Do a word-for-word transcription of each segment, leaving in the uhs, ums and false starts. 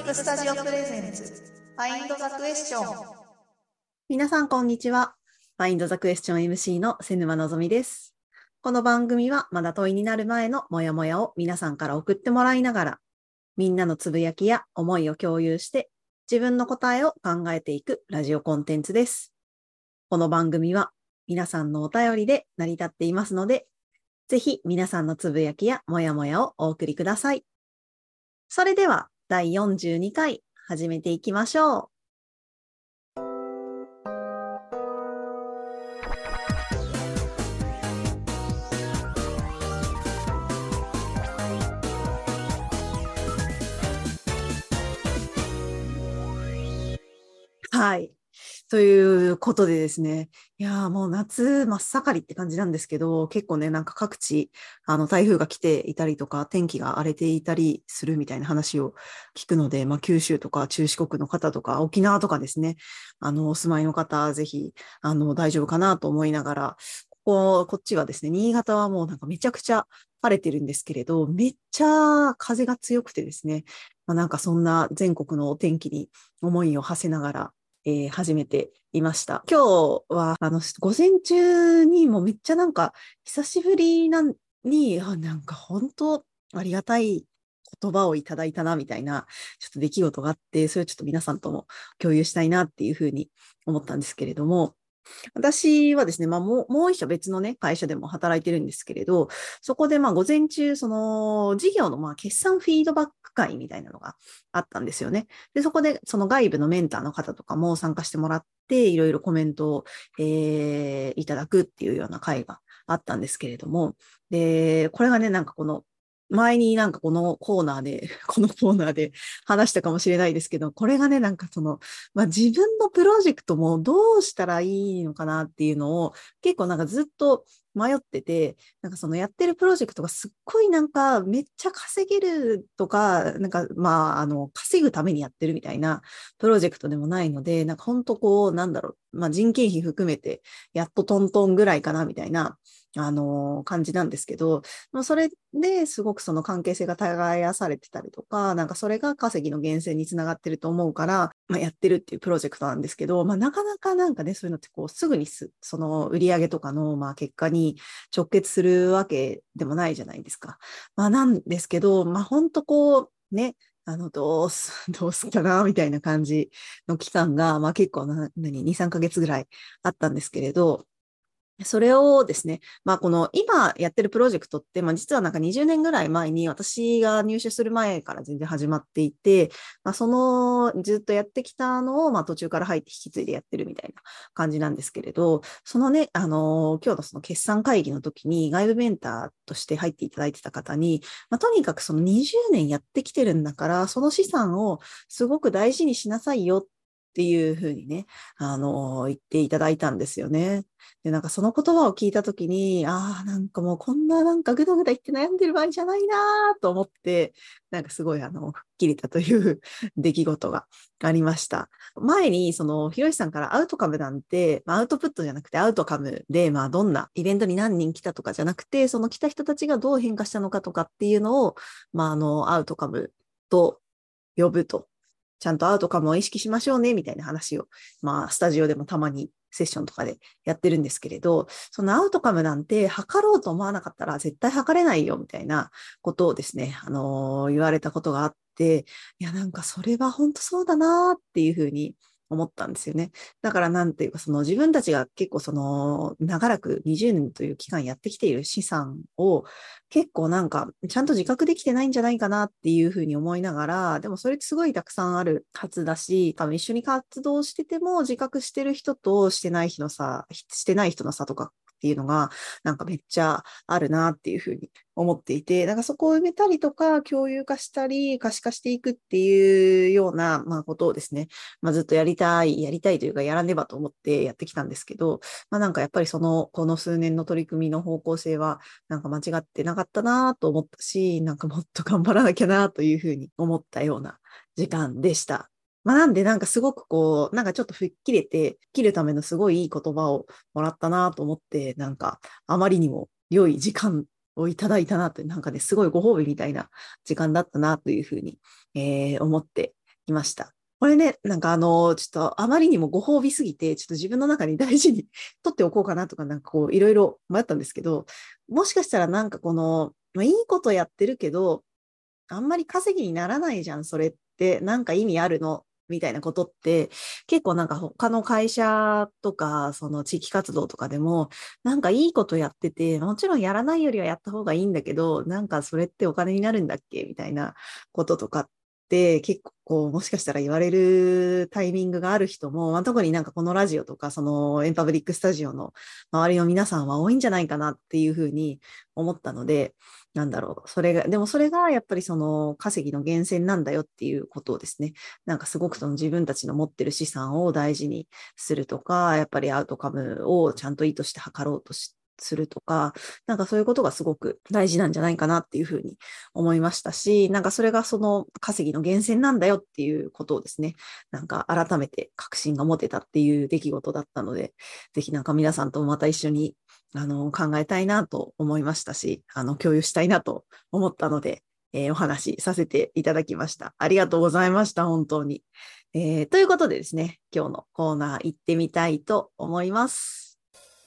クスタジオプレゼンツファインドザクエスチョン。 皆さんこんにちは。Find the Question エムシー の瀬沼のぞみです。この番組はまだ問いになる前のモヤモヤを皆さんから送ってもらいながら、みんなのつぶやきや思いを共有して自分の答えを考えていくラジオコンテンツです。この番組は皆さんのお便りで成り立っていますので、ぜひ皆さんのつぶやきやモヤモヤをお送りください。それではだいよんじゅうにかい始めていきましょう。はい。ということでですね。いやーもう夏真っ盛りって感じなんですけど、結構ね、なんか各地、あの台風が来ていたりとか、天気が荒れていたりするみたいな話を聞くので、まあ九州とか中四国の方とか、沖縄とかですね、あの、お住まいの方、ぜひ、あの、大丈夫かなと思いながら、ここ、こっちはですね、新潟はもうなんかめちゃくちゃ晴れてるんですけれど、めっちゃ風が強くてですね、まあ、なんかそんな全国のお天気に思いを馳せながら、えー始めていました。今日は、あの、午前中にもめっちゃなんか、久しぶりなんに、あ、なんか本当ありがたい言葉をいただいたな、みたいな、ちょっと出来事があって、それをちょっと皆さんとも共有したいなっていうふうに思ったんですけれども、私はですね、まあもう、もう一社別のね、会社でも働いてるんですけれど、そこでまあ午前中、その事業のまあ決算フィードバック会みたいなのがあったんですよね。で、そこでその外部のメンターの方とかも参加してもらって、いろいろコメントを、えーいただくっていうような会があったんですけれども、で、これがね、なんかこの、前になんかこのコーナーで、このコーナーで話したかもしれないですけど、これがね、なんかその、まあ、自分のプロジェクトもどうしたらいいのかなっていうのを結構なんかずっと迷ってて、なんかそのやってるプロジェクトがすっごいなんかめっちゃ稼げるとか、なんかまあ、あの、稼ぐためにやってるみたいなプロジェクトでもないので、なんか本当こう、なんだろう、まあ人件費含めてやっとトントンぐらいかなみたいな、あの感じなんですけど、まあ、それですごくその関係性が耕されてたりとか、なんかそれが稼ぎの源泉につながってると思うから、まあ、やってるっていうプロジェクトなんですけど、まあ、なかなかなんかね、そういうのってこう、すぐにす、その売り上げとかの、まあ、結果に直結するわけでもないじゃないですか。まあ、なんですけど、まあ、ほんとこう、ね、あの、どうす、どうすかな、みたいな感じの期間が、まあ結構な、何、に、さんかげつぐらいあったんですけれど、それをですね、まあこの今やってるプロジェクトって、まあ実はなんかにじゅうねんぐらい前に私が入社する前から全然始まっていて、まあそのずっとやってきたのをまあ途中から入って引き継いでやってるみたいな感じなんですけれど、そのね、あのー今日のその決算会議の時に外部メンターとして入っていただいてた方に、まあとにかくそのにじゅうねんやってきてるんだから、その資産をすごく大事にしなさいよっていうふうにね、あのー言っていただいたんですよね。で、なんかその言葉を聞いたときに、ああ、なんかもうこんななんかぐだぐだ言って悩んでる場合じゃないなと思って、なんかすごいあの、吹っ切れたという出来事がありました。前に、その、ひろしさんからアウトカムなんて、まあ、アウトプットじゃなくてアウトカムで、まあ、どんなイベントに何人来たとかじゃなくて、その来た人たちがどう変化したのかとかっていうのを、まあ、あの、アウトカムと呼ぶと。ちゃんとアウトカムを意識しましょうね、みたいな話を、まあ、スタジオでもたまにセッションとかでやってるんですけれど、そのアウトカムなんて測ろうと思わなかったら絶対測れないよ、みたいなことをですね、あのー言われたことがあって、いや、なんかそれは本当そうだなっていうふうに思ったんですよね。だからなんていうか、その自分たちが結構その長らくにじゅうねんという期間やってきている資産を結構なんかちゃんと自覚できてないんじゃないかなっていうふうに思いながら、でもそれってすごいたくさんあるはずだし、多分一緒に活動してても自覚してる人としてない人の差、してない人の差とかっていうのがなんかめっちゃあるなっていうふうに思っていて、なんかそこを埋めたりとか共有化したり可視化していくっていうような、まあ、ことをですね、まあ、ずっとやりたい、やりたいというかやらねばと思ってやってきたんですけど、まあ、なんかやっぱりその、この数年の取り組みの方向性はなんか間違ってなかったなと思ったし、なんかもっと頑張らなきゃなというふうに思ったような時間でした。まあ、なんでなんかすごくこう、なんかちょっと吹っ切れて、切るためのすごいいい言葉をもらったなと思って、なんかあまりにも良い時間をいただいたなと、なんかね、すごいご褒美みたいな時間だったなというふうに、えー思っていました。これね、なんかあの、ちょっとあまりにもご褒美すぎて、ちょっと自分の中に大事に取っておこうかなとか、なんかこう、いろいろ迷ったんですけど、もしかしたらなんかこの、まあ、いいことやってるけど、あんまり稼ぎにならないじゃん、それって。なんか意味あるのみたいなことって、結構なんか他の会社とか、その地域活動とかでも、なんかいいことやってて、もちろんやらないよりはやった方がいいんだけど、なんかそれってお金になるんだっけみたいなこととかって結構こう、もしかしたら言われるタイミングがある人も、まあ、特になんかこのラジオとか、そのエンパブリックスタジオの周りの皆さんは多いんじゃないかなっていうふうに思ったので、なんだろう。それが、でもそれがやっぱりその稼ぎの源泉なんだよっていうことをですね、なんかすごくその自分たちの持ってる資産を大事にするとか、やっぱりアウトカムをちゃんと意図して測ろうとしするとか、なんかそういうことがすごく大事なんじゃないかなっていうふうに思いましたし、なんかそれがその稼ぎの源泉なんだよっていうことをですね、なんか改めて確信が持てたっていう出来事だったので、ぜひなんか皆さんとまた一緒にあの、考えたいなと思いましたし、あの、共有したいなと思ったので、えーお話しさせていただきました。ありがとうございました、本当に。えーということでですね、今日のコーナー行ってみたいと思います。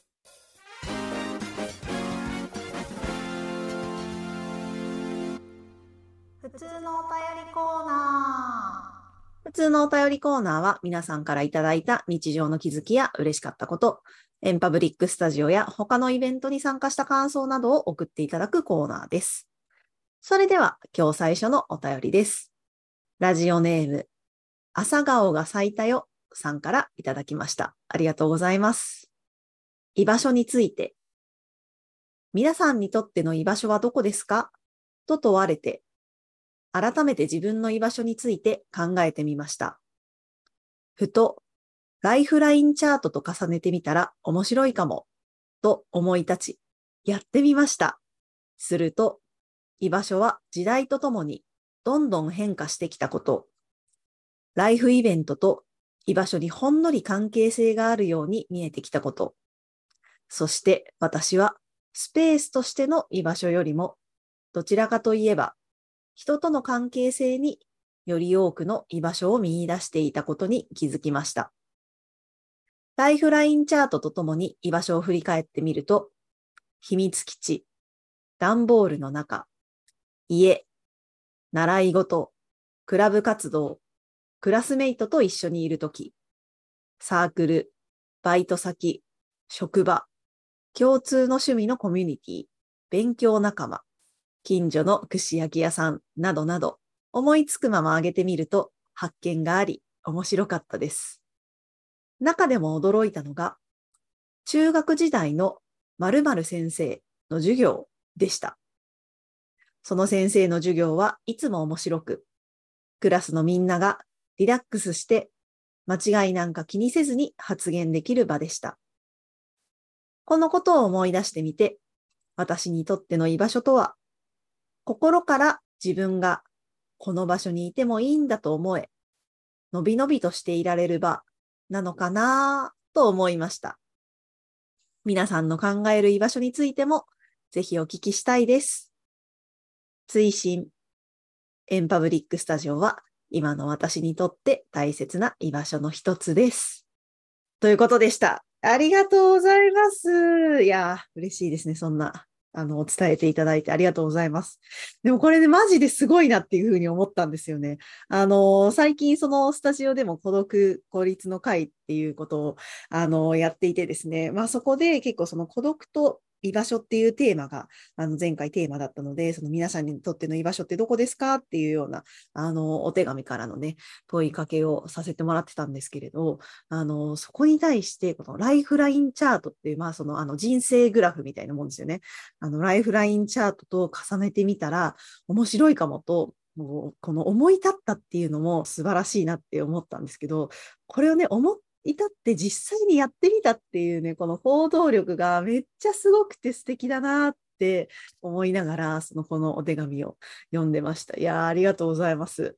普通のお便りコーナ普通のお便りコーナーは皆さんからいただいた日常の気づきや嬉しかったこと、エンパブリックスタジオや他のイベントに参加した感想などを送っていただくコーナーです。それでは今日最初のお便りです。ラジオネーム、朝顔が咲いたよさんからいただきました。ありがとうございます。居場所について。皆さんにとっての居場所はどこですかと問われて、改めて自分の居場所について考えてみました。ふと、ライフラインチャートと重ねてみたら面白いかも、と思い立ち、やってみました。すると、居場所は時代とともにどんどん変化してきたこと、ライフイベントと居場所にほんのり関係性があるように見えてきたこと、そして私はスペースとしての居場所よりも、どちらかといえば、人との関係性により多くの居場所を見出していたことに気づきました。ライフラインチャートとともに居場所を振り返ってみると、秘密基地、段ボールの中、家、習い事、クラブ活動、クラスメイトと一緒にいるとき、サークル、バイト先、職場、共通の趣味のコミュニティ、勉強仲間、近所の串焼き屋さんなどなど、思いつくまま挙げてみると発見があり、面白かったです。中でも驚いたのが、中学時代の〇〇先生の授業でした。その先生の授業はいつも面白く、クラスのみんながリラックスして間違いなんか気にせずに発言できる場でした。このことを思い出してみて、私にとっての居場所とは、心から自分がこの場所にいてもいいんだと思え、のびのびとしていられる場なのかなと思いました。皆さんの考える居場所についてもぜひお聞きしたいです。追伸、エンパブリックスタジオは今の私にとって大切な居場所の一つです。ということでした。ありがとうございます。いやー、嬉しいですね。そんな、あの、伝えていただいてありがとうございます。でもこれね、マジですごいなっていうふうに思ったんですよね。あの、最近そのスタジオでも孤独孤立の会っていうことを、あの、やっていてですね。まあそこで結構その孤独と居場所っていうテーマが、あの、前回テーマだったので、その皆さんにとっての居場所ってどこですかっていうような、あの、お手紙からのね、問いかけをさせてもらってたんですけれど、あの、そこに対して、このライフラインチャートっていう、まあ、その、あの、人生グラフみたいなもんですよね。あの、ライフラインチャートと重ねてみたら、面白いかもと、もう、この思い立ったっていうのも素晴らしいなって思ったんですけど、これをね、思い立って実際にやってみたっていうね、この行動力がめっちゃすごくて素敵だなって思いながら、その、このお手紙を読んでました。いやー、ありがとうございます。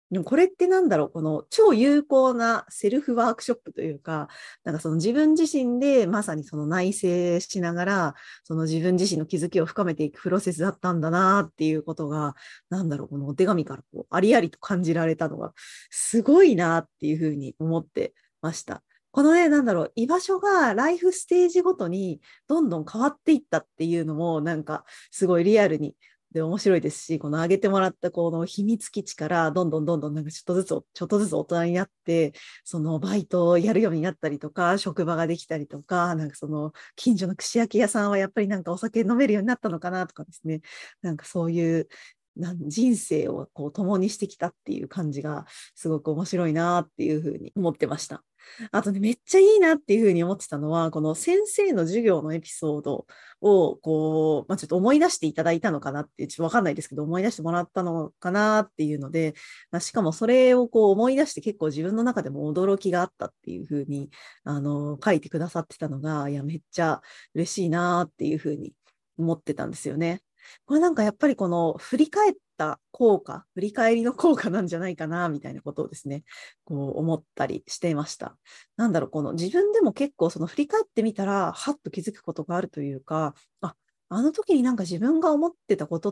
でもこれってなんだろう、この超有効なセルフワークショップというか、なんかその自分自身でまさにその内省しながら、その自分自身の気づきを深めていくプロセスだったんだなっていうことが、なんだろう、このお手紙からこうありありと感じられたのが、すごいなっていうふうに思ってました。このね、なんだろう、居場所がライフステージごとにどんどん変わっていったっていうのも、なんかすごいリアルにで面白いですし、この上げてもらったこの秘密基地からどんどんどんどんなんかちょっとずつちょっとずつ大人になって、そのバイトをやるようになったりとか、職場ができたりとか、なんかその近所の串焼き屋さんはやっぱりなんかお酒飲めるようになったのかなとかですね、なんかそういうなん人生をこう共にしてきたっていう感じがすごく面白いなっていうふうに思ってました。あとね、めっちゃいいなっていうふうに思ってたのは、この先生の授業のエピソードを、こう、まあ、ちょっと思い出していただいたのかなって、ちょっとわかんないですけど、思い出してもらったのかなっていうので、まあ、しかもそれをこう思い出して結構自分の中でも驚きがあったっていうふうに、あの、書いてくださってたのが、いや、めっちゃ嬉しいなっていうふうに思ってたんですよね。これなんかやっぱりこの振り返った効果、振り返りの効果なんじゃないかな、みたいなことをですね、こう思ったりしていました。なんだろう、この自分でも結構その振り返ってみたら、はっと気づくことがあるというか、あ、あの時になんか自分が思ってたことって、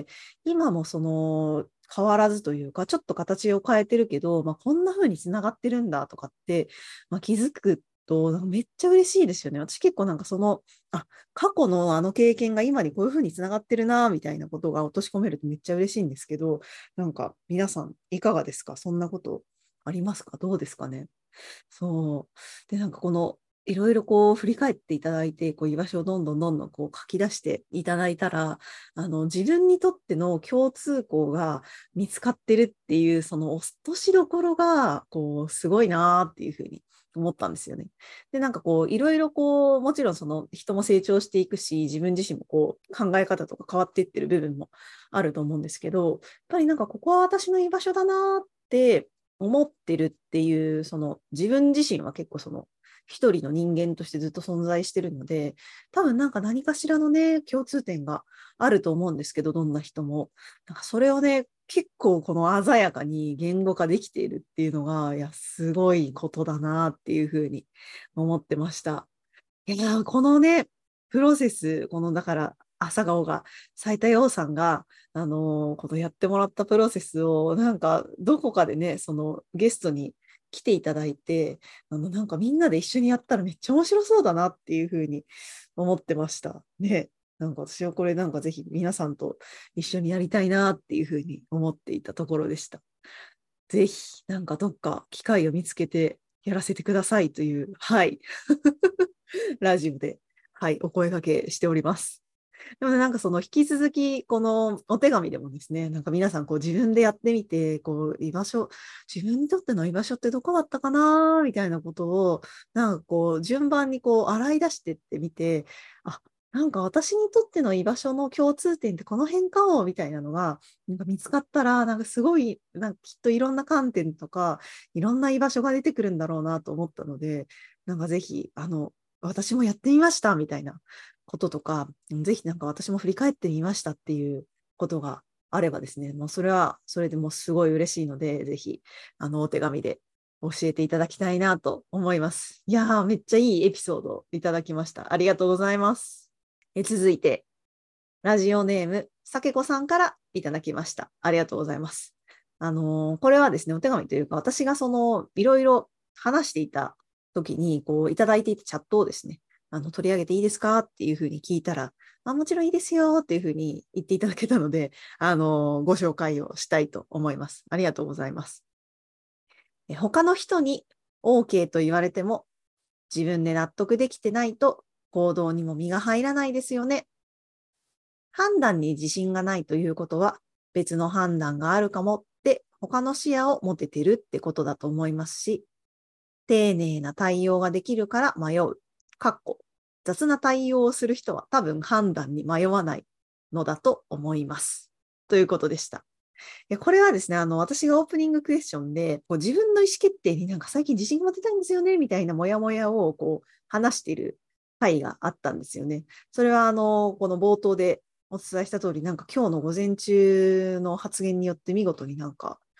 今もその変わらずというか、ちょっと形を変えてるけど、まあ、こんな風に繋がってるんだとかって、まあ、気づくと、なんかめっちゃ嬉しいですよね。私結構なんかその、あ、過去のあの経験が今にこういう風に繋がってるな、みたいなことが落とし込めるとめっちゃ嬉しいんですけど、なんか皆さんいかがですか？そんなことありますか？どうですかね？そう。で、なんかこの、いろいろこう振り返っていただいて、こう居場所をどんどんどんどんこう書き出していただいたら、あの、自分にとっての共通項が見つかってるっていう、その落としどころが、こう、すごいなーっていうふうに思ったんですよね。で、なんかこう、いろいろこう、もちろんその人も成長していくし、自分自身もこう、考え方とか変わっていってる部分もあると思うんですけど、やっぱりなんかここは私の居場所だなーって思ってるっていう、その自分自身は結構その一人の人間としてずっと存在してるので、多分なんか何かしらのね、共通点があると思うんですけど、どんな人も。なんかそれをね、結構この鮮やかに言語化できているっていうのが、いや、すごいことだなっていうふうに思ってました。いや、このね、プロセス、この、だから、朝顔が、斉田洋さんが、あのーこのやってもらったプロセスを、なんか、どこかでね、その、ゲストに来ていただいて、あの、なんかみんなで一緒にやったらめっちゃ面白そうだなっていうふうに思ってました。ね。なんか私はこれなんかぜひ皆さんと一緒にやりたいなっていうふうに思っていたところでした。ぜひ、なんかどっか機会を見つけてやらせてくださいという、はい。ラジオで、はい、お声掛けしております。でもね、なんかその引き続き、このお手紙でもですね、なんか皆さんこう自分でやってみて、こう居場所、自分にとっての居場所ってどこだったかなみたいなことを、なんかこう順番にこう洗い出してってみて、あ、なんか私にとっての居場所の共通点ってこの辺かも、みたいなのが、なんか見つかったら、なんかすごい、なんかきっといろんな観点とか、いろんな居場所が出てくるんだろうなと思ったので、なんかぜひ、あの、私もやってみました、みたいなこととか、ぜひなんか私も振り返ってみましたっていうことがあればですね、もうそれはそれでもうすごい嬉しいので、ぜひ、あの、お手紙で教えていただきたいなと思います。いやー、めっちゃいいエピソードをいただきました。ありがとうございます。え続いて、ラジオネーム、さけこさんからいただきました。ありがとうございます。あのーこれはですね、お手紙というか、私がその、いろいろ話していた時に、こう、いただいていたチャットをですね、あの、取り上げていいですかっていうふうに聞いたら、あ、もちろんいいですよっていうふうに言っていただけたので、あのーご紹介をしたいと思います。ありがとうございます。え他の人に オーケー と言われても、自分で納得できてないと行動にも身が入らないですよね。判断に自信がないということは、別の判断があるかもって他の視野を持ててるってことだと思いますし、丁寧な対応ができるから迷う。かっこ雑な対応をする人は多分判断に迷わないのだと思います。ということでした。いやこれはですね、あの、私がオープニングクエスチョンで、こう自分の意思決定になんか最近自信が持てたいんですよね、みたいなモヤモヤをこう話している回があったんですよね。それはあの、この冒頭でお伝えした通り、なんか今日の午前中の発言によって見事になんか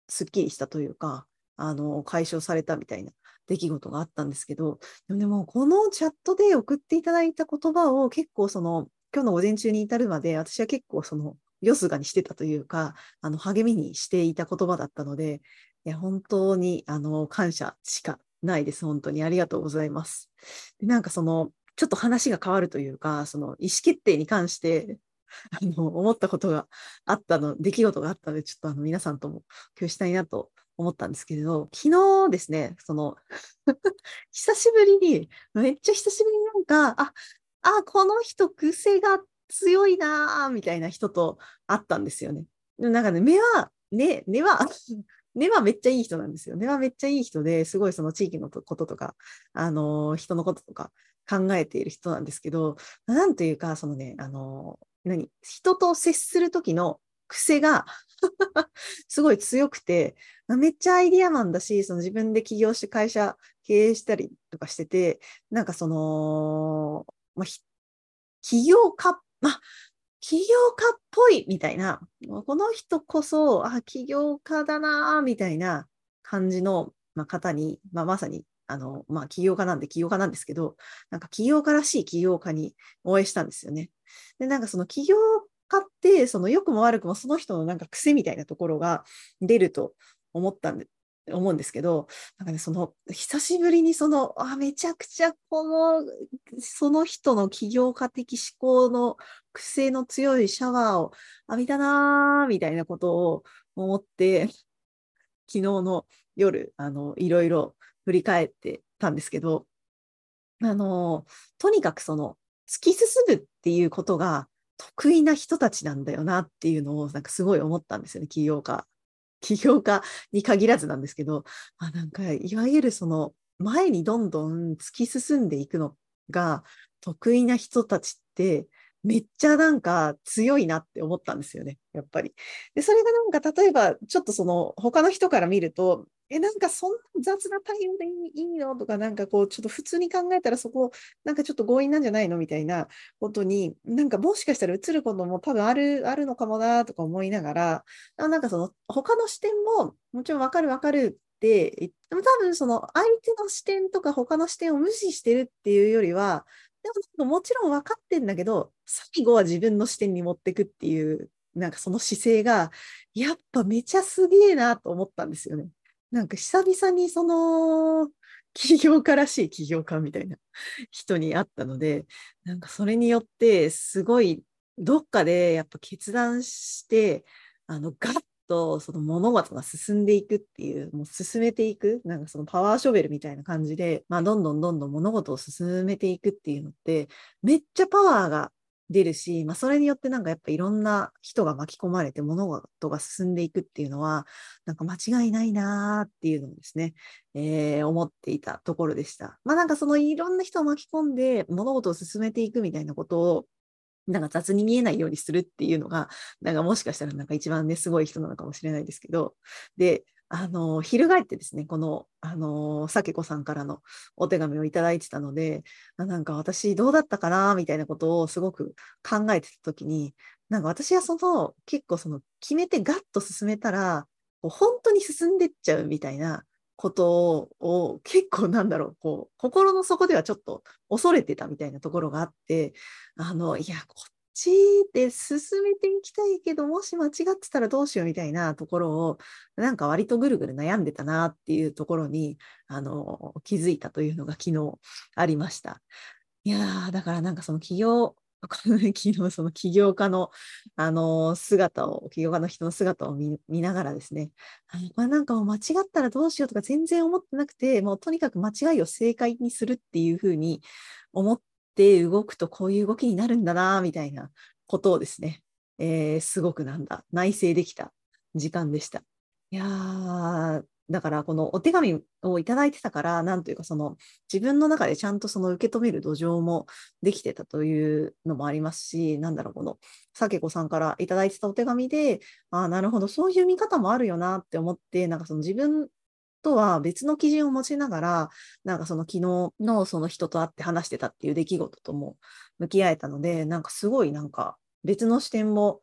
すっきりしたというか、あの、解消されたみたいな出来事があったんですけど、でもね、もうこのチャットで送っていただいた言葉を結構その、今日の午前中に至るまで、私は結構その、よすがにしてたというか、あの、励みにしていた言葉だったので、いや、本当に、あの、感謝しかないです。本当にありがとうございます。で、なんかその、ちょっと話が変わるというか、その意思決定に関して、あの、思ったことがあったの、出来事があったので、ちょっとあの、皆さんとも共有したいなと思ったんですけれど、昨日ですね、その久しぶりに、めっちゃ久しぶりになんか、あ、あ、この人癖が強いなぁ、みたいな人と会ったんですよね。でもなんかね、目は、ね、根は、根はめっちゃいい人なんですよ。根はめっちゃいい人で、すごいその地域のこととか、あのー人のこととか考えている人なんですけど、なんというか、そのね、あのー何人と接する時の癖がすごい強くて、めっちゃアイディアマンだし、その自分で起業して会社経営したりとかしてて、なんかその、まあ、起業家、まあ、起業家っぽいみたいな、この人こそ、あ、起業家だな、みたいな感じの、まあ、方に、まあ、まさに、あの、まあ、起業家なんで起業家なんですけど、なんか起業家らしい起業家にお会いしたんですよね。で、なんかその起業家って、その良くも悪くもその人のなんか癖みたいなところが出ると思ったんで、思うんですけど、なんかね、その、久しぶりにその、あ、めちゃくちゃこの、その人の起業家的思考の癖の強いシャワーを浴びたなー、みたいなことを思って、昨日の夜、あの、いろいろ振り返ってたんですけど、あの、とにかくその、突き進むっていうことが得意な人たちなんだよなっていうのを、なんかすごい思ったんですよね、起業家。起業家に限らずなんですけど、あ、なんか、いわゆるその、前にどんどん突き進んでいくのが得意な人たちって、めっちゃなんか強いなって思ったんですよね、やっぱり。で、それがなんか例えば、ちょっとその他の人から見ると、え、なんかそんな雑な対応でいいのとか、なんかこう、ちょっと普通に考えたらそこ、なんかちょっと強引なんじゃないのみたいなことに、なんかもしかしたら映ることも多分ある、あるのかもなとか思いながら、あなんかその他の視点ももちろんわかるわかるって言っても多分その相手の視点とか他の視点を無視してるっていうよりは、でももちろん分かってんだけど、最後は自分の視点に持ってくっていう、なんかその姿勢が、やっぱめちゃすげえなと思ったんですよね。なんか久々にその、起業家らしい起業家みたいな人に会ったので、なんかそれによってすごいどっかでやっぱ決断して、あのガッとその物事が進んでいくっていう、もう進めていく、なんかそのパワーショベルみたいな感じで、まあ、どんどんどんどん物事を進めていくっていうのって、めっちゃパワーが出るし、まあ、それによってなんかやっぱいろんな人が巻き込まれて物事が進んでいくっていうのは、なんか間違いないなーっていうのをですね、えー、思っていたところでした。まあなんかそのいろんな人を巻き込んで物事を進めていくみたいなことを、なんか雑に見えないようにするっていうのが、なんかもしかしたらなんか一番ね、すごい人なのかもしれないですけど、で、あの、翻ってですね、この、あの、さけこさんからのお手紙をいただいてたので、あなんか私どうだったかな、みたいなことをすごく考えてたときに、なんか私はその、結構その、決めてガッと進めたら、こう本当に進んでっちゃうみたいなことを、結構なんだろう、こう、心の底ではちょっと恐れてたみたいなところがあって、あの、いや、こっちで進めていきたいけど、もし間違ってたらどうしようみたいなところを、なんか割とぐるぐる悩んでたなっていうところに、あの、気づいたというのが昨日ありました。いやー、だからなんかその企業、昨日その起業家の、あの姿を、起業家の人の姿を見、見ながらですね、あのこれなんかもう間違ったらどうしようとか全然思ってなくて、もうとにかく間違いを正解にするっていうふうに思って動くとこういう動きになるんだな、みたいなことをですね、えーすごくなんだ、内省できた時間でした。いやー、だからこのお手紙をいただいてたから、なんというかその自分の中でちゃんとその受け止める土壌もできてたというのもありますし、なんだろう、このさけこさんからいただいてたお手紙で、ああ、なるほど、そういう見方もあるよなって思って、なんかその自分とは別の基準を持ちながら、なんかその昨日のその人と会って話してたっていう出来事とも向き合えたので、なんかすごいなんか別の視点も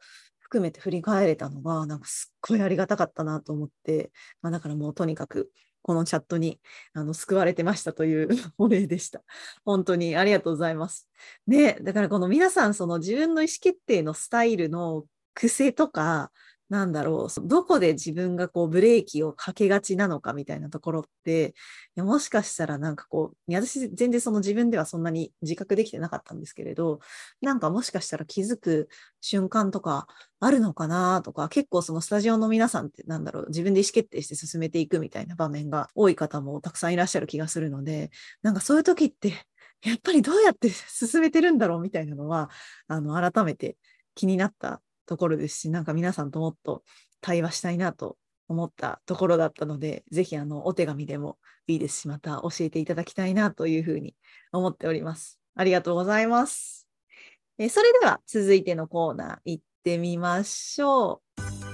含めて振り返れたのが、なんかすっごいありがたかったなと思って、まあ、だからもうとにかく、このチャットにあの救われてましたというお礼でした。本当にありがとうございます。ね、だからこの皆さん、その自分の意思決定のスタイルの癖とか、なんだろう、どこで自分がこうブレーキをかけがちなのかみたいなところって、もしかしたらなんかこう、私全然その自分ではそんなに自覚できてなかったんですけれど、なんかもしかしたら気づく瞬間とかあるのかなとか、結構そのスタジオの皆さんってなんだろう、自分で意思決定して進めていくみたいな場面が多い方もたくさんいらっしゃる気がするので、なんかそういう時って、やっぱりどうやって進めてるんだろうみたいなのは、あの、改めて気になったところですし、なんか皆さんともっと対話したいなと思ったところだったので、ぜひあの、お手紙でもいいですし、また教えていただきたいなというふうに思っております。ありがとうございます。えそれでは続いてのコーナー行ってみましょ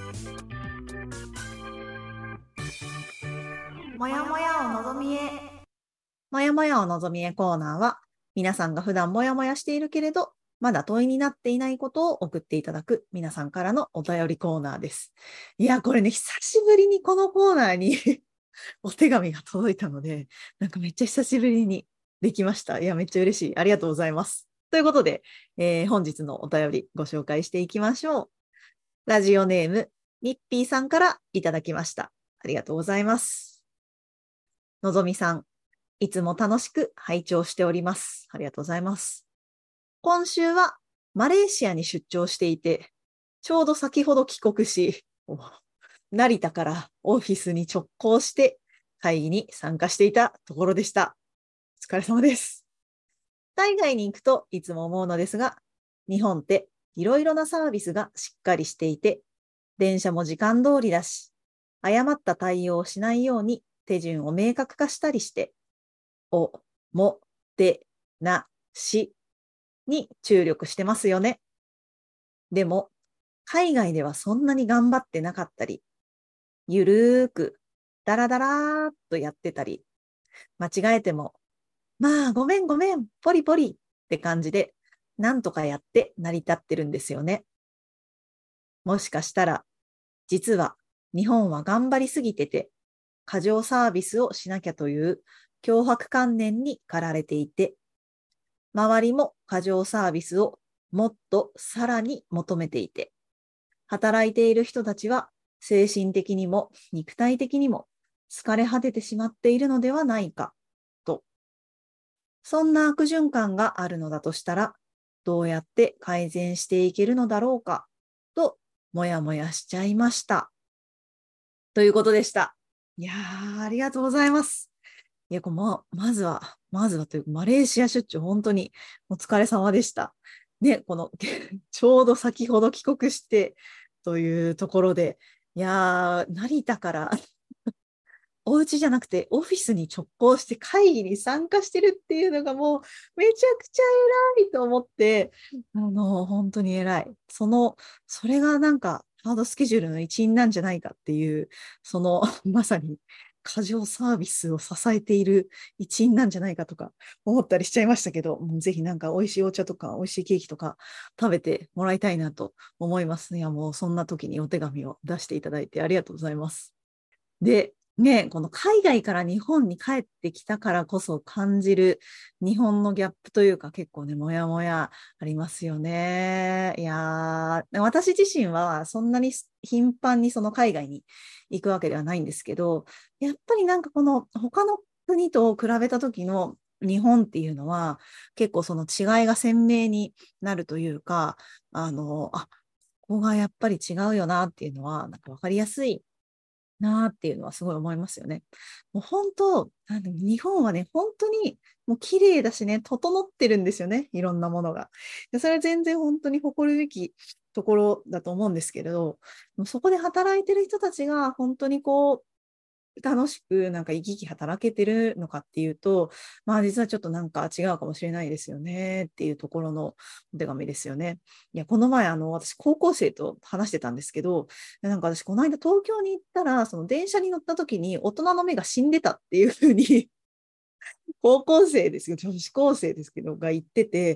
う。もやもやをのぞみへ。 もやもやをのぞみへコーナーは、皆さんが普段もやもやしているけれど、まだ問いになっていないことを送っていただく皆さんからのお便りコーナーです。いや、これね、久しぶりにこのコーナーにお手紙が届いたので、なんかめっちゃ久しぶりにできました。いや、めっちゃ嬉しい。ありがとうございます。ということで、えー、本日のお便りご紹介していきましょう。ラジオネーム、ミッピーさんからいただきました。ありがとうございます。のぞみさん、いつも楽しく拝聴しております。ありがとうございます。今週はマレーシアに出張していて、ちょうど先ほど帰国し、成田からオフィスに直行して会議に参加していたところでした。お疲れ様です。海外に行くといつも思うのですが、日本っていろいろなサービスがしっかりしていて、電車も時間通りだし、誤った対応をしないように手順を明確化したりして、お、も、て、な、しに注力してますよね。でも、海外ではそんなに頑張ってなかったり、ゆるーく、だらだらーっとやってたり、間違えても、まあ、ごめんごめん、ポリポリって感じで、なんとかやって成り立ってるんですよね。もしかしたら、実は日本は頑張りすぎてて、過剰サービスをしなきゃという強迫観念に駆られていて、周りも過剰サービスをもっとさらに求めていて、働いている人たちは精神的にも肉体的にも疲れ果ててしまっているのではないかと。そんな悪循環があるのだとしたら、どうやって改善していけるのだろうかと、もやもやしちゃいました。ということでした。いやー、ありがとうございます。いや、こま、まずは、まずはというか、マレーシア出張、本当にお疲れ様でした。ね、この、ちょうど先ほど帰国してというところで、いやー、成田からお家じゃなくてオフィスに直行して会議に参加してるっていうのがもうめちゃくちゃ偉いと思って、あの、本当に偉い。その、それがなんかハードスケジュールの一員なんじゃないかっていう、その、まさに過剰サービスを支えている一員なんじゃないかとか思ったりしちゃいましたけど、もうぜひなんか美味しいお茶とか美味しいケーキとか食べてもらいたいなと思います。いや、もうそんな時にお手紙を出していただいてありがとうございます。で、ね、この海外から日本に帰ってきたからこそ感じる日本のギャップというか結構ね、もやもやありますよね。いやー、私自身はそんなに頻繁にその海外に行くわけではないんですけど、やっぱりなんかこの他の国と比べた時の日本っていうのは結構その違いが鮮明になるというか、あの、あ、ここがやっぱり違うよなっていうのはなんかわかりやすいなーっていうのはすごい思いますよね。もう本当、あの日本はね、本当にもう綺麗だしね、整ってるんですよね、いろんなものが。でそれは全然本当に誇るべきところだと思うんですけれど、もうそこで働いてる人たちが本当にこう、楽しくなんか生き生き働けてるのかっていうと、まあ実はちょっとなんか違うかもしれないですよねっていうところのお手紙ですよね。いや、この前あの私高校生と話してたんですけど、なんか私この間東京に行ったら、その電車に乗った時に大人の目が死んでたっていうふうに高校生ですよ、女子高生ですけど、が言ってて、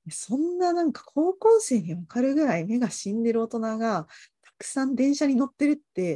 そんななんか高校生にわかるぐらい目が死んでる大人がたくさん電車に乗ってるって、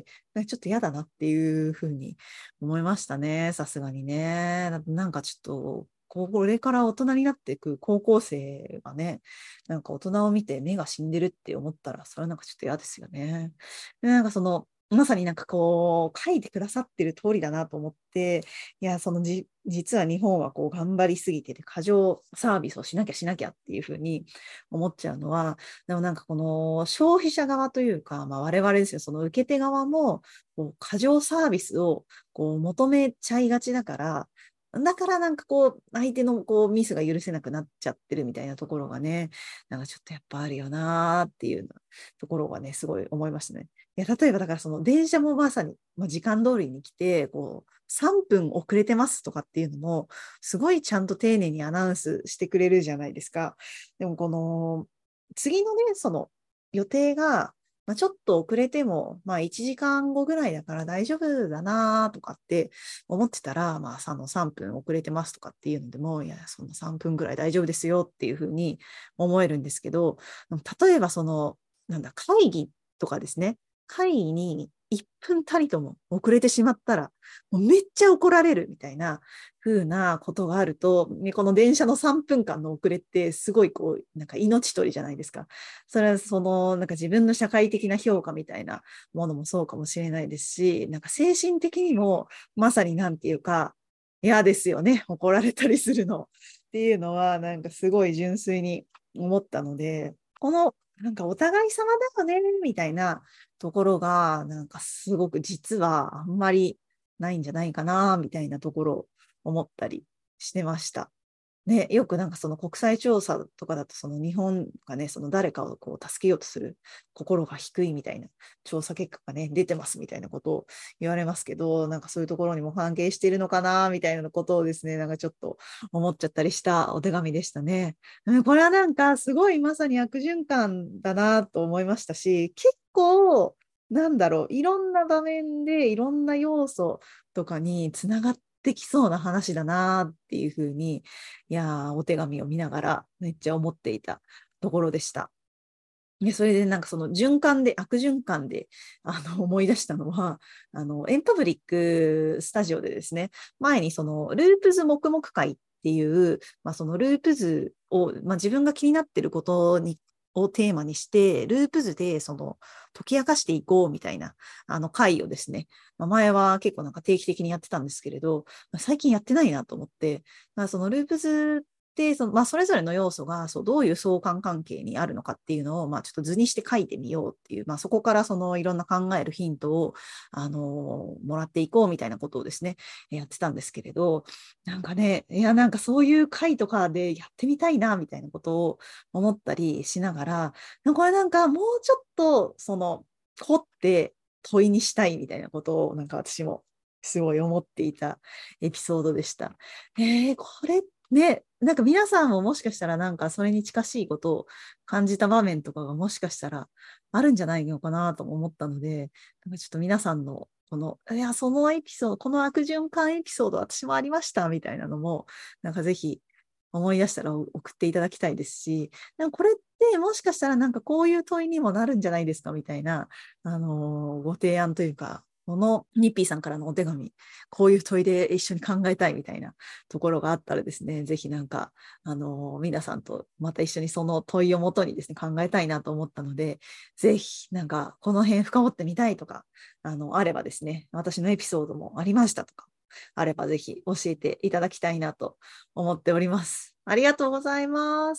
なんかちょっと嫌だなっていうふうに思いましたね。さすがにね。ななんかちょっと、これから大人になっていく高校生がね、なんか大人を見て目が死んでるって思ったら、それはなんかちょっと嫌ですよね。でなんかその、まさになんかこう、書いてくださってる通りだなと思って、いや、そのじ、実は日本はこう頑張りすぎてて、過剰サービスをしなきゃしなきゃっていうふうに思っちゃうのは、でもなんかこの消費者側というか、まあ我々ですよ、その受け手側も、こう過剰サービスをこう求めちゃいがちだから、だからなんかこう、相手のこうミスが許せなくなっちゃってるみたいなところがね、なんかちょっとやっぱあるよなーっていうところがね、すごい思いましたね。いや、例えばだからその電車もまさに、まあ、時間通りに来て、こう、さんぷん遅れてますとかっていうのも、すごいちゃんと丁寧にアナウンスしてくれるじゃないですか。でもこの、次のね、その予定が、まあ、ちょっと遅れても、まあいちじかんごぐらいだから大丈夫だなとかって思ってたら、まあそのさんぷん遅れてますとかっていうのでも、いや、そのさんぷんぐらい大丈夫ですよっていうふうに思えるんですけど、例えばその、なんだ、会議とかですね、会議にいっぷんたりとも遅れてしまったら、もうめっちゃ怒られるみたいな風なことがあると、この電車のさんぷんかんの遅れってすごいこう、なんか命取りじゃないですか。それはその、なんか自分の社会的な評価みたいなものもそうかもしれないですし、なんか精神的にもまさになんていうか、嫌ですよね。怒られたりするの。っていうのは、なんかすごい純粋に思ったので、この、なんかお互い様だよね、みたいなところが、なんかすごく実はあんまりないんじゃないかな、みたいなところを思ったりしてました。ね、よくなんかその国際調査とかだとその日本がね、その誰かをこう助けようとする心が低いみたいな調査結果がね、出てますみたいなことを言われますけど、なんかそういうところにも関係しているのかな、みたいなことをですね、なんかちょっと思っちゃったりしたお手紙でしたね。これはなんかすごいまさに悪循環だなと思いましたし、結構、なんだろう、いろんな場面でいろんな要素とかにつながってできそうな話だなっていうふうに、いやー、お手紙を見ながらめっちゃ思っていたところでした。で、それでなんかその循環で、悪循環で、あの、思い出したのは、あの、エンパブリックスタジオでですね、前にその、ループズ黙々会っていう、まあ、そのループ図を、まあ、自分が気になっていることに、をテーマにして、ループ図でその解き明かしていこうみたいなあの会をですね、まあ、前は結構なんか定期的にやってたんですけれど、最近やってないなと思って、まあ、そのループ図で、その、まあ、それぞれの要素が、そう、どういう相関関係にあるのかっていうのを、まあ、ちょっと図にして書いてみようっていう、まあ、そこからそのいろんな考えるヒントを、あのーもらっていこうみたいなことをですね、やってたんですけれど、なんかね、いや、なんかそういう回とかでやってみたいな、みたいなことを思ったりしながら、これなんかもうちょっと、その、掘って問いにしたいみたいなことを、なんか私もすごい思っていたエピソードでした。えー、これね、なんか皆さんももしかしたらなんかそれに近しいことを感じた場面とかがもしかしたらあるんじゃないのかなと思ったので、なんかちょっと皆さんのこの、いや、そのエピソード、この悪循環エピソード私もありましたみたいなのも、なんかぜひ思い出したら送っていただきたいですし、なんかこれってもしかしたらなんかこういう問いにもなるんじゃないですかみたいな、あのーご提案というか、このニッピーさんからのお手紙、こういう問いで一緒に考えたいみたいなところがあったらですね、ぜひなんか、あのー皆さんとまた一緒にその問いをもとにですね、考えたいなと思ったので、ぜひなんかこの辺深掘ってみたいとか、あの、あればですね、私のエピソードもありましたとか、あればぜひ教えていただきたいなと思っております。ありがとうございます。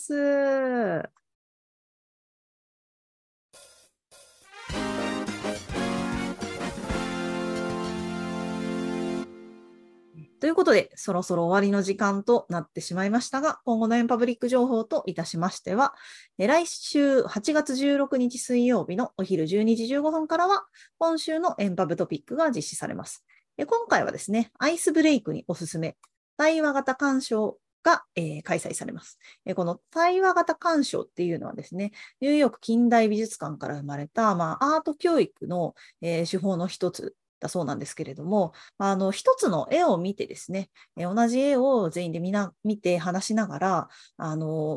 ということで、そろそろ終わりの時間となってしまいましたが、今後のエンパブリック情報といたしましては、来週はちがつじゅうろくにち水曜日のお昼じゅうにじじゅうごふんからは、今週のエンパブトピックが実施されます。今回はですね、アイスブレイクにおすすめ、対話型鑑賞が、えー、開催されます。この対話型鑑賞っていうのはですね、ニューヨーク近代美術館から生まれた、まあ、アート教育の、えー、手法の一つだそうなんですけれども、あの一つの絵を見てですね、同じ絵を全員でみな見て話しながら、あのまあ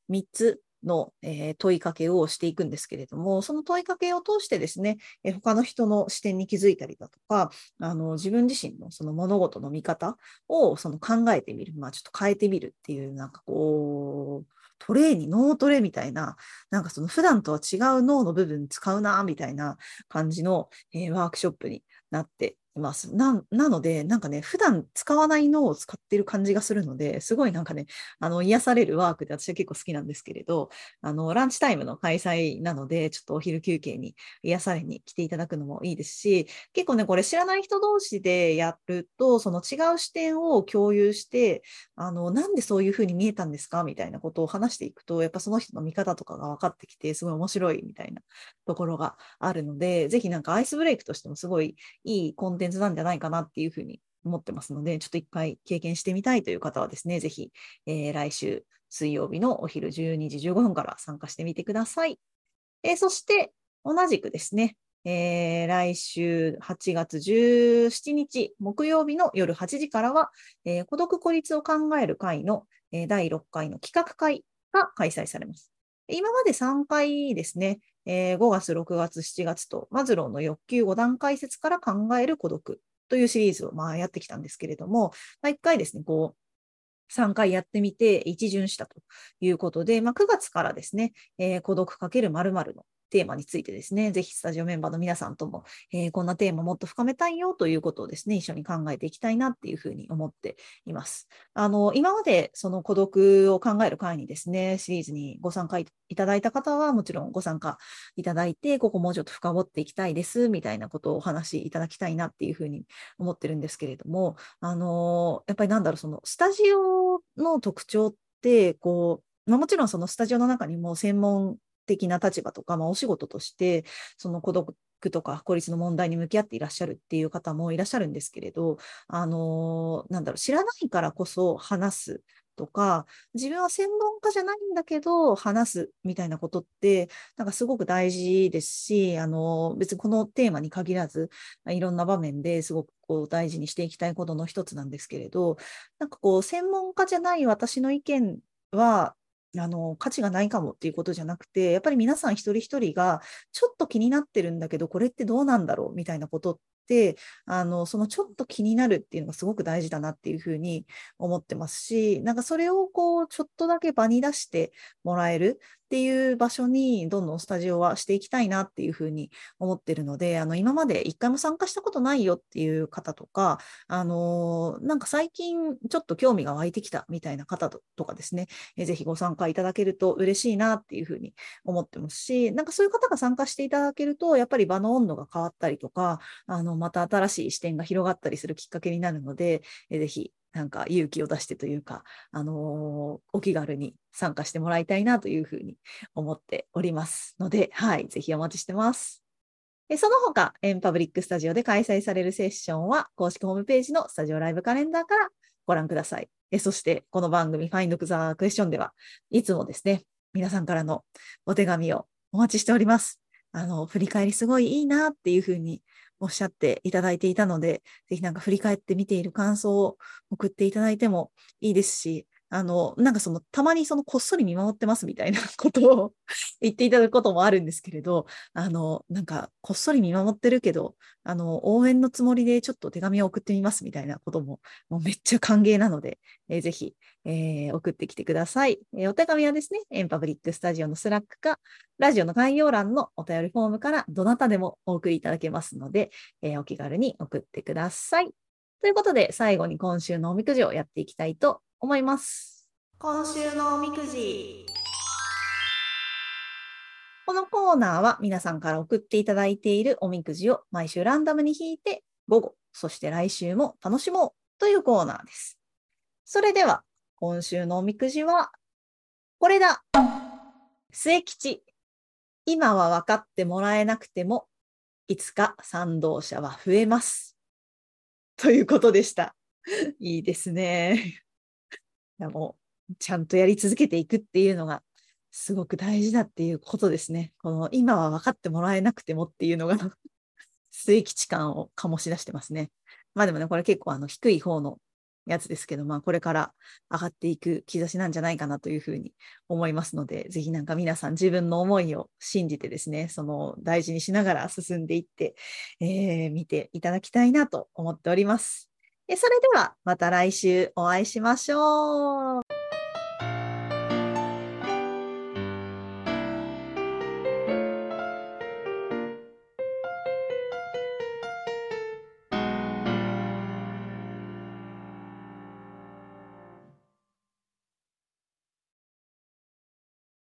みっつの、えー問いかけをしていくんですけれども、その問いかけを通してですね、えー他の人の視点に気づいたりだとか、あの自分自身のその物事の見方をその考えてみる、まあ、ちょっと変えてみるっていう、なんかこう、トレーに、脳トレみたいな、なんかその普段とは違う脳の部分使うな、みたいな感じの、えーワークショップになっています。な、なので、なんかね、普段使わない脳を使っている感じがするので、すごいなんかね、あの、癒されるワークで私は結構好きなんですけれど、あの、ランチタイムの開催なので、ちょっとお昼休憩に癒されに来ていただくのもいいですし、結構ね、これ知らない人同士でやると、その違う視点を共有して、あの、なんでそういうふうに見えたんですかみたいなことを話していくと、やっぱその人の見方とかが分かってきて、すごい面白いみたいなところがあるので、ぜひなんかアイスブレイクとしてもすごいいいコンテンツなんじゃないかなっていうふうに思ってますので、ちょっと一回経験してみたいという方はですね、ぜひ、えー来週水曜日のお昼じゅうにじじゅうごふんから参加してみてください。えーそして、同じくですね、えー来週はちがつじゅうしちにち木曜日の夜はちじからは、えー孤独孤立を考える会の、えーだいろっかいの企画会が開催されます。今までさんかいですね、えーごがつ、ろくがつ、しちがつと、マズローの欲求ご段階説から考える孤独というシリーズをまあやってきたんですけれども、まあ、いっかいですね、こう、さんかいやってみて一巡したということで、まあ、くがつからですね、えー孤独×〇〇のテーマについてですね、ぜひスタジオメンバーの皆さんとも、えーこんなテーマもっと深めたいよということをですね、一緒に考えていきたいなっていうふうに思っています。あの、今までその孤独を考える会にですね、シリーズにご参加いただいた方はもちろんご参加いただいて、ここもうちょっと深掘っていきたいです、みたいなことをお話しいただきたいなっていうふうに思ってるんですけれども、あの、やっぱりなんだろう、そのスタジオの特徴って、こう、まあ、もちろんそのスタジオの中にも専門的な立場とか、まあ、お仕事として、その孤独とか孤立の問題に向き合っていらっしゃるっていう方もいらっしゃるんですけれど、あの、なんだろう、知らないからこそ話すとか、自分は専門家じゃないんだけど、話すみたいなことって、なんかすごく大事ですし、あの、別にこのテーマに限らず、いろんな場面ですごくこう大事にしていきたいことの一つなんですけれど、なんかこう、専門家じゃない私の意見は、あの、価値がないかもっていうことじゃなくて、やっぱり皆さん一人一人が、ちょっと気になってるんだけど、これってどうなんだろうみたいなことって、あの、そのちょっと気になるっていうのがすごく大事だなっていうふうに思ってますし、なんかそれをこう、ちょっとだけ場に出してもらえるっていう場所に、どんどんスタジオはしていきたいなっていうふうに思ってるので、あの、今まで一回も参加したことないよっていう方とか、あの、なんか最近ちょっと興味が湧いてきたみたいな方とかですね、えぜひご参加いただけると嬉しいなっていうふうに思ってますし、なんかそういう方が参加していただけると、やっぱり場の温度が変わったりとか、あの、また新しい視点が広がったりするきっかけになるので、えぜひ、なんか勇気を出してというか、あのーお気軽に参加してもらいたいなというふうに思っておりますので、はい、ぜひお待ちしてます。でその他、エンパブリックスタジオで開催されるセッションは、公式ホームページのスタジオライブカレンダーからご覧ください。えそして、この番組、Find the Question では、いつもですね、皆さんからのお手紙をお待ちしております。あの、振り返りすごいいいなっていうふうにおっしゃっていただいていたので、ぜひなんか振り返ってみている感想を送っていただいてもいいですし、あの、なんかその、たまにそのこっそり見守ってますみたいなことを言っていただくこともあるんですけれど、あの、なんか、こっそり見守ってるけど、あの、応援のつもりでちょっと手紙を送ってみますみたいなことも、もうめっちゃ歓迎なので、えーぜひ、えー送ってきてください。えーお手紙はですね、エンパブリックスタジオのスラックか、ラジオの概要欄のお便りフォームからどなたでもお送りいただけますので、えーお気軽に送ってください。ということで、最後に今週のおみくじをやっていきたいと思います。 今週のおみくじ。 このコーナーは皆さんから送っていただいているおみくじを毎週ランダムに引いて午後、そして来週も楽しもうというコーナーです。それでは今週のおみくじはこれだ。末吉。今は分かってもらえなくてもいつか賛同者は増えます。ということでした。いいですね。いやもうちゃんとやり続けていくっていうのがすごく大事だっていうことですね。この今は分かってもらえなくてもっていうのが末吉感を醸し出してますね。まあでもね、これ結構あの低い方のやつですけど、まあこれから上がっていく兆しなんじゃないかなというふうに思いますので、ぜひなんか皆さん自分の思いを信じてですね、その大事にしながら進んでいって、えー、見ていただきたいなと思っております。でそれではまた来週お会いしましょう。